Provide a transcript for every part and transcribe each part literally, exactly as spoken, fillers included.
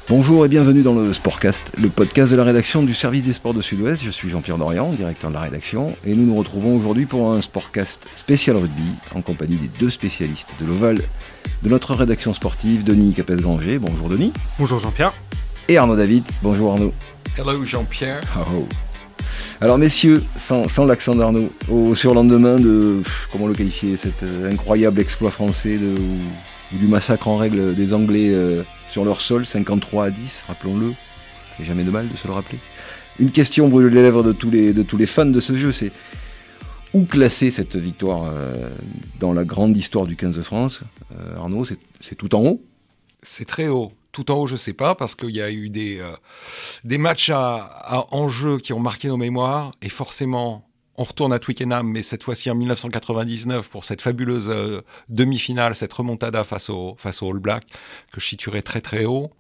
Bonjour et bienvenue dans le Sportcast, le podcast de la rédaction du service des sports de Sud-Ouest. Je suis Jean-Pierre Dorian, directeur de la rédaction, et nous nous retrouvons aujourd'hui pour un Sportcast spécial rugby en compagnie des deux spécialistes de l'Oval de notre rédaction sportive, Denis Capes-Granger. Bonjour Denis. Bonjour Jean-Pierre. Et Arnaud David. Bonjour Arnaud. Hello Jean-Pierre. Oh. Alors messieurs, sans, sans l'accent d'Arnaud, au surlendemain de, pff, comment le qualifier, cet euh, incroyable exploit français de, ou, ou du massacre en règle des Anglais euh, sur leur sol, cinquante-trois à dix, rappelons-le, ça fait jamais de mal de se le rappeler. Une question brûle les lèvres de tous les, de tous les fans de ce jeu, c'est où classer cette victoire euh, dans la grande histoire du quinze de France. euh, Arnaud, c'est, c'est tout en haut? C'est très haut. Tout en haut, je ne sais pas, parce qu'il y a eu des, euh, des matchs à, à enjeu qui ont marqué nos mémoires. Et forcément, on retourne à Twickenham, mais cette fois-ci en dix-neuf cent quatre-vingt-dix-neuf, pour cette fabuleuse euh, demi-finale, cette remontada face aux face au All Blacks, que je situerai très très haut.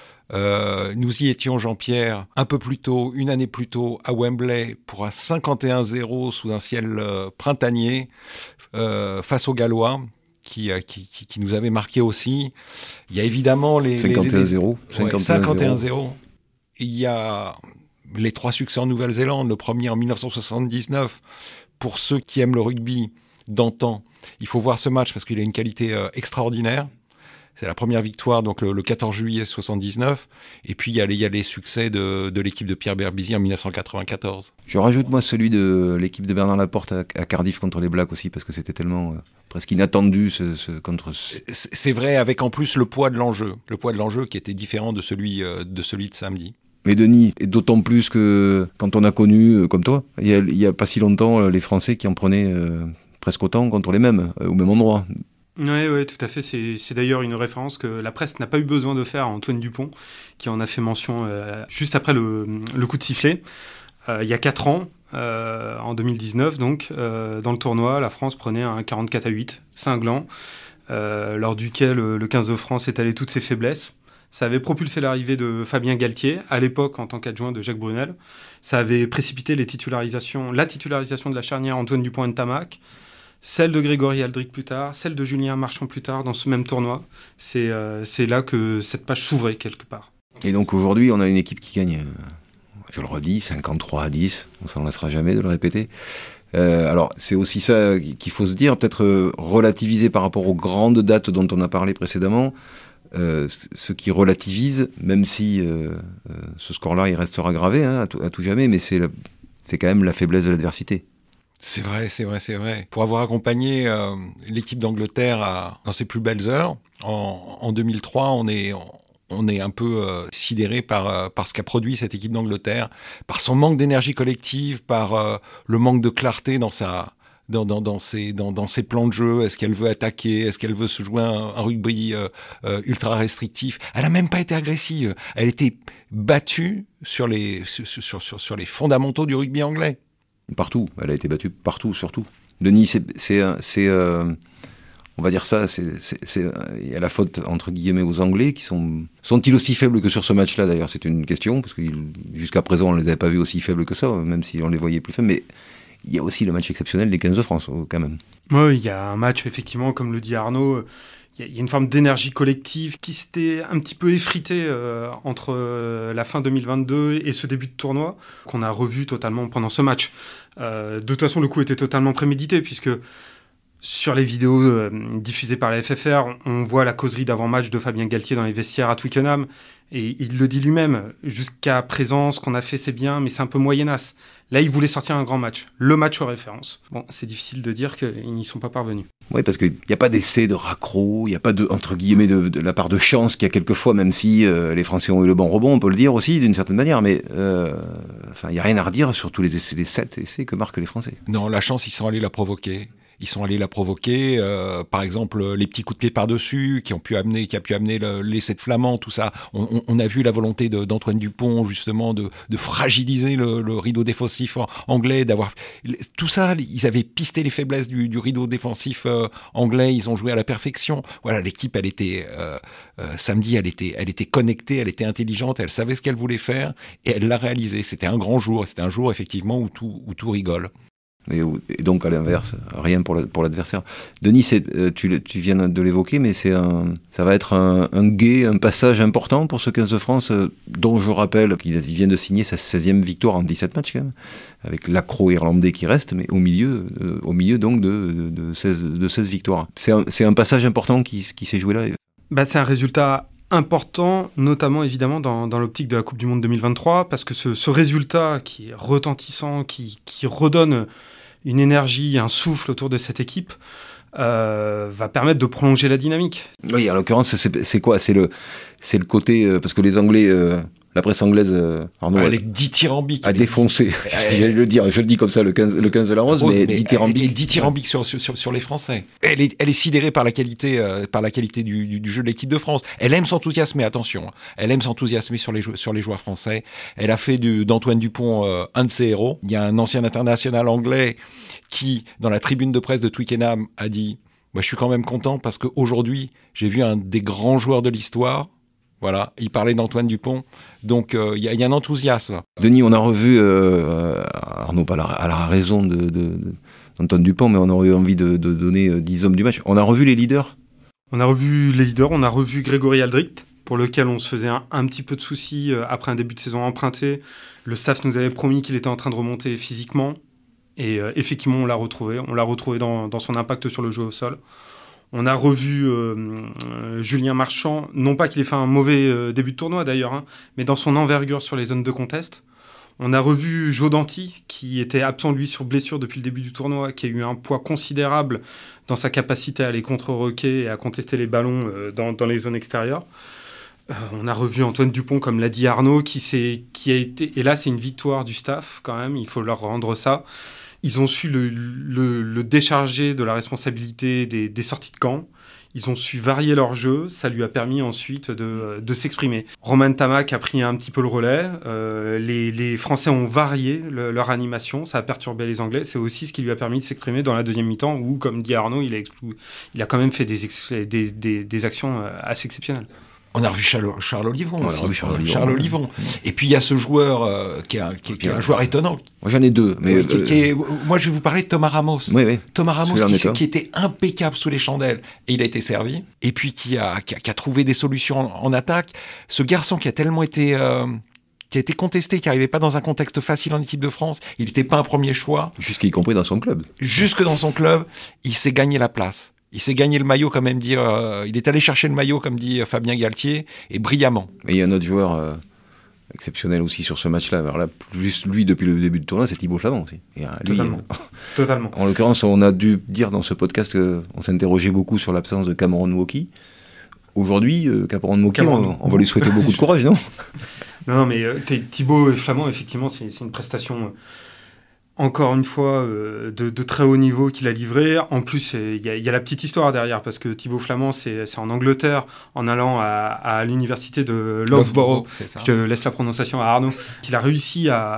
Euh, nous y étions, Jean-Pierre, un peu plus tôt, une année plus tôt, à Wembley, pour un cinquante et un zéro sous un ciel euh, printanier, euh, face aux Gallois. Qui, qui, qui, qui nous avait marqué aussi. Il y a évidemment les... cinquante et un zéro. Ouais, cinquante et un zéro. Il y a les trois succès en Nouvelle-Zélande. Le premier en dix-neuf cent soixante-dix-neuf. Pour ceux qui aiment le rugby d'antan, il faut voir ce match parce qu'il a une qualité euh, extraordinaire. C'est la première victoire, donc le, le quatorze juillet soixante-dix-neuf. Et puis, il y a les, il y a les succès de, de l'équipe de Pierre Berbizier en dix-neuf cent quatre-vingt-quatorze. Je rajoute, moi, celui de l'équipe de Bernard Laporte à, à Cardiff contre les Blacks aussi, parce que c'était tellement euh, presque inattendu ce, ce, contre... Ce... C'est, c'est vrai, avec en plus le poids de l'enjeu. Le poids de l'enjeu qui était différent de celui, euh, de, celui de samedi. Mais Denis, et d'autant plus que quand on a connu, euh, comme toi, il n'y a, a pas si longtemps, euh, les Français qui en prenaient euh, presque autant contre les mêmes, euh, au même endroit. Oui, ouais, tout à fait. C'est, c'est d'ailleurs une référence que la presse n'a pas eu besoin de faire à Antoine Dupont, qui en a fait mention euh, juste après le, le coup de sifflet. Euh, il y a quatre ans, euh, en deux mille dix-neuf, donc, euh, dans le tournoi, la France prenait un quarante-quatre à huit, cinglant, euh, lors duquel le quinze de France étalait toutes ses faiblesses. Ça avait propulsé l'arrivée de Fabien Galtier, à l'époque en tant qu'adjoint de Jacques Brunel. Ça avait précipité les titularisations, la titularisation de la charnière Antoine Dupont-Ntamak, celle de Grégory Aldric plus tard, celle de Julien Marchand plus tard dans ce même tournoi. C'est, euh, c'est là que cette page s'ouvrait quelque part. Et donc aujourd'hui, on a une équipe qui gagne, euh, je le redis, cinquante-trois à dix, on ne s'en lassera jamais de le répéter. Euh, alors c'est aussi ça qu'il faut se dire, peut-être euh, relativiser par rapport aux grandes dates dont on a parlé précédemment, euh, ce qui relativise, même si euh, euh, ce score-là il restera gravé hein, à, tout, à tout jamais, mais c'est, la, c'est quand même la faiblesse de l'adversité. C'est vrai, c'est vrai, c'est vrai. Pour avoir accompagné euh, l'équipe d'Angleterre à, dans ses plus belles heures, en, en deux mille trois, on est, on est un peu euh, sidéré par, euh, par ce qu'a produit cette équipe d'Angleterre, par son manque d'énergie collective, par euh, le manque de clarté dans sa... Dans, dans, dans, ses, dans, dans ses plans de jeu. Est-ce qu'elle veut attaquer? Est-ce qu'elle veut se jouer un, un rugby euh, euh, ultra restrictif? Elle n'a même pas été agressive. Elle était battue sur les, sur, sur, sur, sur les fondamentaux du rugby anglais. Partout, elle a été battue partout, surtout. Denis, c'est, c'est, c'est euh, on va dire ça, c'est, c'est, c'est, il y a la faute entre guillemets aux Anglais qui sont, sont-ils aussi faibles que sur ce match-là d'ailleurs, c'est une question parce que jusqu'à présent on les avait pas vus aussi faibles que ça, même si on les voyait plus faibles. Mais il y a aussi le match exceptionnel des quinze de France quand même. Oui, il y a un match effectivement, comme le dit Arnaud. Il y a une forme d'énergie collective qui s'était un petit peu effritée euh, entre euh, la fin deux mille vingt-deux et ce début de tournoi, qu'on a revu totalement pendant ce match. Euh, de toute façon, le coup était totalement prémédité, puisque sur les vidéos euh, diffusées par la F F R, on voit la causerie d'avant-match de Fabien Galtier dans les vestiaires à Twickenham, et il le dit lui-même, jusqu'à présent, ce qu'on a fait, c'est bien, mais c'est un peu moyennasse. Là, il voulait sortir un grand match, le match aux références. Bon, c'est difficile de dire qu'ils n'y sont pas parvenus. Oui, parce qu'il n'y a pas d'essai de raccro, il n'y a pas de, entre guillemets, de, de la part de chance qu'il y a quelquefois, même si euh, les Français ont eu le bon rebond, on peut le dire aussi, d'une certaine manière, mais euh, enfin, il n'y a rien à redire sur tous les essais, les sept essais que marquent les Français. Non, la chance, ils sont allés la provoquer. Ils sont allés la provoquer, euh, par exemple les petits coups de pied par-dessus qui ont pu amener, qui a pu amener le, l'essai de Flamand, tout ça. On, on, on a vu la volonté de, d'Antoine Dupont justement de, de fragiliser le, le rideau défensif anglais, d'avoir tout ça. Ils avaient pisté les faiblesses du, du rideau défensif euh, anglais. Ils ont joué à la perfection. Voilà, l'équipe, elle était euh, euh, samedi, elle était, elle était connectée, elle était intelligente, elle savait ce qu'elle voulait faire et elle l'a réalisé. C'était un grand jour. C'était un jour effectivement où tout, où tout rigole. Et, et donc à l'inverse, rien pour, le, pour l'adversaire. Denis, c'est, tu, tu viens de l'évoquer, mais c'est un, ça va être un, un gué, un passage important pour ce quinze de France, dont je rappelle qu'il vient de signer sa seizième victoire en dix-sept matchs quand même, avec l'accro irlandais qui reste, mais au milieu, euh, au milieu donc de, de, de, seize, de seize victoires. C'est un, c'est un passage important qui, qui s'est joué là. Bah, c'est un résultat important, notamment évidemment dans, dans l'optique de la Coupe du Monde deux mille vingt-trois, parce que ce, ce résultat qui est retentissant, qui, qui redonne une énergie, un souffle autour de cette équipe, euh, va permettre de prolonger la dynamique. Oui, en l'occurrence, c'est, c'est quoi ? C'est le, c'est le côté, euh, parce que les Anglais, euh, la presse anglaise, euh, Arnaud, elle est dithyrambique. A défoncé. Je vais le dire, je le dis comme ça, le quinze, le quinze de la Rose, mais, mais dithyrambique. Elle est dithyrambique sur, sur, sur les Français. Elle est, elle est sidérée par la qualité, euh, par la qualité du, du, du jeu de l'équipe de France. Elle aime s'enthousiasmer, attention. Elle aime s'enthousiasmer sur les, sur les joueurs français. Elle a fait du, d'Antoine Dupont euh, un de ses héros. Il y a un ancien international anglais qui, dans la tribune de presse de Twickenham, a dit bah, « Je suis quand même content parce qu'aujourd'hui, j'ai vu un des grands joueurs de l'histoire. » Voilà, il parlait d'Antoine Dupont, donc il euh, y, y a un enthousiasme. Denis, on a revu, euh, Arnaud, pas à la raison de, de, de, d'Antoine Dupont, mais on aurait eu envie de, de donner dix hommes du match. On a revu les leaders. On a revu les leaders, on a revu Grégory Aldrit, pour lequel on se faisait un, un petit peu de soucis euh, après un début de saison emprunté. Le staff nous avait promis qu'il était en train de remonter physiquement, et euh, effectivement on l'a retrouvé, on l'a retrouvé dans, dans son impact sur le jeu au sol. On a revu euh, euh, Julien Marchand, non pas qu'il ait fait un mauvais euh, début de tournoi d'ailleurs, hein, mais dans son envergure sur les zones de contest. On a revu Joe Danty, qui était absent lui sur blessure depuis le début du tournoi, qui a eu un poids considérable dans sa capacité à aller contre-roquer et à contester les ballons euh, dans, dans les zones extérieures. Euh, on a revu Antoine Dupont, comme l'a dit Arnaud, qui, s'est, qui a été... Et là, c'est une victoire du staff quand même, il faut leur rendre ça. Ils ont su le, le, le décharger de la responsabilité des, des sorties de camp. Ils ont su varier leur jeu. Ça lui a permis ensuite de, de s'exprimer. Romain Tamac a pris un petit peu le relais. Euh, les, les Français ont varié le, leur animation. Ça a perturbé les Anglais. C'est aussi ce qui lui a permis de s'exprimer dans la deuxième mi-temps où, comme dit Arnaud, il a, explo- il a quand même fait des, ex- des, des, des actions assez exceptionnelles. On a revu Charles, Charles Olivon aussi. Revu Charles Olivon. Charles Olivon. Et puis il y a ce joueur euh, qui, est, qui, qui est un joueur étonnant. Moi j'en ai deux. Mais oui, qui, qui est, moi je vais vous parler de Thomas Ramos. Oui, oui. Thomas Ramos qui, qui était impeccable sous les chandelles et il a été servi. Et puis qui a, qui a, qui a trouvé des solutions en, en attaque. Ce garçon qui a tellement été... Euh, qui a été contesté, qui n'arrivait pas dans un contexte facile en équipe de France. Il n'était pas un premier choix. Jusqu'y compris dans son club. Jusque dans son club, il s'est gagné la place. Il s'est gagné le maillot, quand même, dire. Euh, il est allé chercher le maillot, comme dit Fabien Galtier, et brillamment. Et il y a un autre joueur euh, exceptionnel aussi sur ce match-là. Alors là, plus lui depuis le début du tournoi, c'est Thibaut Flamand aussi. Et, euh, lui, Totalement. Euh, Totalement. En l'occurrence, on a dû dire dans ce podcast qu'on s'interrogeait beaucoup sur l'absence de Cameron Woki. Aujourd'hui, euh, Cameron Woki, on, on va lui souhaiter beaucoup de courage, non ? Non, mais euh, Thibaut Flamand, effectivement, c'est, c'est une prestation... Euh, encore une fois, euh, de, de très haut niveau qu'il a livré. En plus, il y, y a la petite histoire derrière, parce que Thibaut Flamand, c'est, c'est en Angleterre, en allant à, à l'université de Loughborough, je te laisse la prononciation à Arnaud, qu'il a réussi à,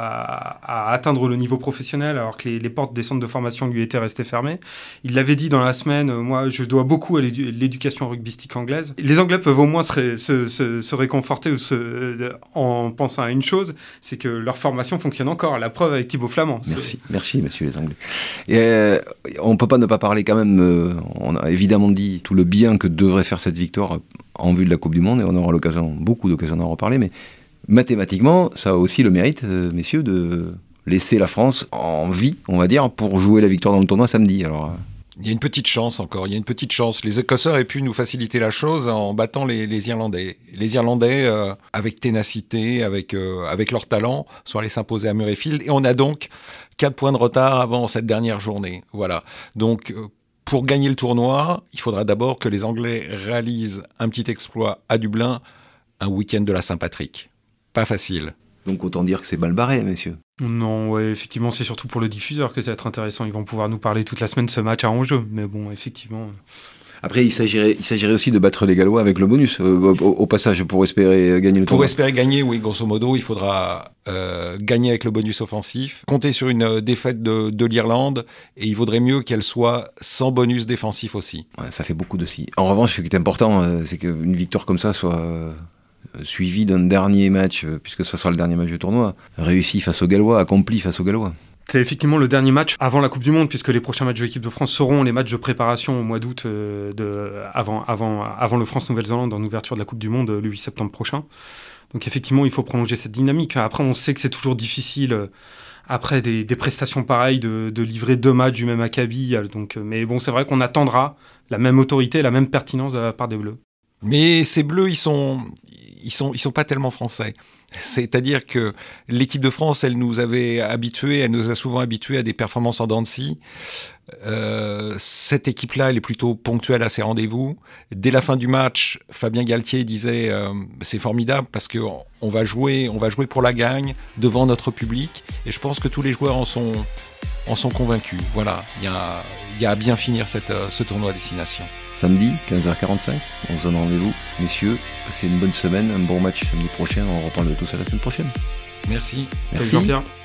à atteindre le niveau professionnel, alors que les, les portes des centres de formation lui étaient restées fermées. Il l'avait dit dans la semaine, moi, je dois beaucoup à l'édu- l'éducation rugbystique anglaise. Les Anglais peuvent au moins se, ré, se, se, se réconforter ou se, en pensant à une chose, c'est que leur formation fonctionne encore. La preuve avec Thibaut Flamand. Merci. Merci, messieurs les Anglais. Et euh, on ne peut pas ne pas parler quand même, euh, on a évidemment dit tout le bien que devrait faire cette victoire en vue de la Coupe du Monde, et on aura l'occasion, beaucoup d'occasions d'en reparler, mais mathématiquement, ça a aussi le mérite, euh, messieurs, de laisser la France en vie, on va dire, pour jouer la victoire dans le tournoi samedi. Alors... Euh... Il y a une petite chance encore, il y a une petite chance. Les Écossais auraient pu nous faciliter la chose en battant les, les Irlandais. Les Irlandais, euh, avec ténacité, avec, euh, avec leur talent, sont allés s'imposer à Murrayfield. Et on a donc quatre points de retard avant cette dernière journée. Voilà. Donc, euh, pour gagner le tournoi, il faudra d'abord que les Anglais réalisent un petit exploit à Dublin, un week-end de la Saint-Patrick. Pas facile. Donc autant dire que c'est mal barré, messieurs. Non, ouais, effectivement, c'est surtout pour le diffuseur que ça va être intéressant. Ils vont pouvoir nous parler toute la semaine de ce match à enjeu. Mais bon, effectivement... Après, il s'agirait, il s'agirait aussi de battre les Gallois avec le bonus, euh, au, au passage, pour espérer gagner le tournoi. Pour espérer gagner, oui, grosso modo, il faudra euh, gagner avec le bonus offensif, compter sur une euh, défaite de, de l'Irlande, et il vaudrait mieux qu'elle soit sans bonus défensif aussi. Ouais, ça fait beaucoup de si. En revanche, ce qui est important, euh, c'est qu'une victoire comme ça soit... Euh... suivi d'un dernier match, puisque ce sera le dernier match du tournoi, réussi face aux Gallois, accompli face aux Gallois. C'est effectivement le dernier match avant la Coupe du Monde, puisque les prochains matchs de l'équipe de France seront les matchs de préparation au mois d'août, euh, de, avant, avant, avant le France-Nouvelle-Zélande en ouverture de la Coupe du Monde le huit septembre prochain. Donc effectivement, il faut prolonger cette dynamique. Après, on sait que c'est toujours difficile, euh, après des, des prestations pareilles, de, de livrer deux matchs du même acabit. Donc, mais bon, c'est vrai qu'on attendra la même autorité, la même pertinence de la part des Bleus. Mais ces Bleus, ils sont, ils sont, ils sont pas tellement français. C'est-à-dire que l'équipe de France, elle nous avait habitués, elle nous a souvent habitués à des performances en dents de scie. Euh, cette équipe-là, elle est plutôt ponctuelle à ses rendez-vous. Dès la fin du match, Fabien Galtier disait euh, c'est formidable parce que on va jouer, on va jouer pour la gagne devant notre public. Et je pense que tous les joueurs en sont, en sont convaincus. Voilà, il y a, il y a à bien finir cette, ce tournoi à destination. Samedi, quinze heures quarante-cinq, on se donne rendez-vous. Messieurs, passez une bonne semaine, un bon match samedi prochain. On reprend le tout ça la semaine prochaine. Merci. Merci Salut Jean-Pierre.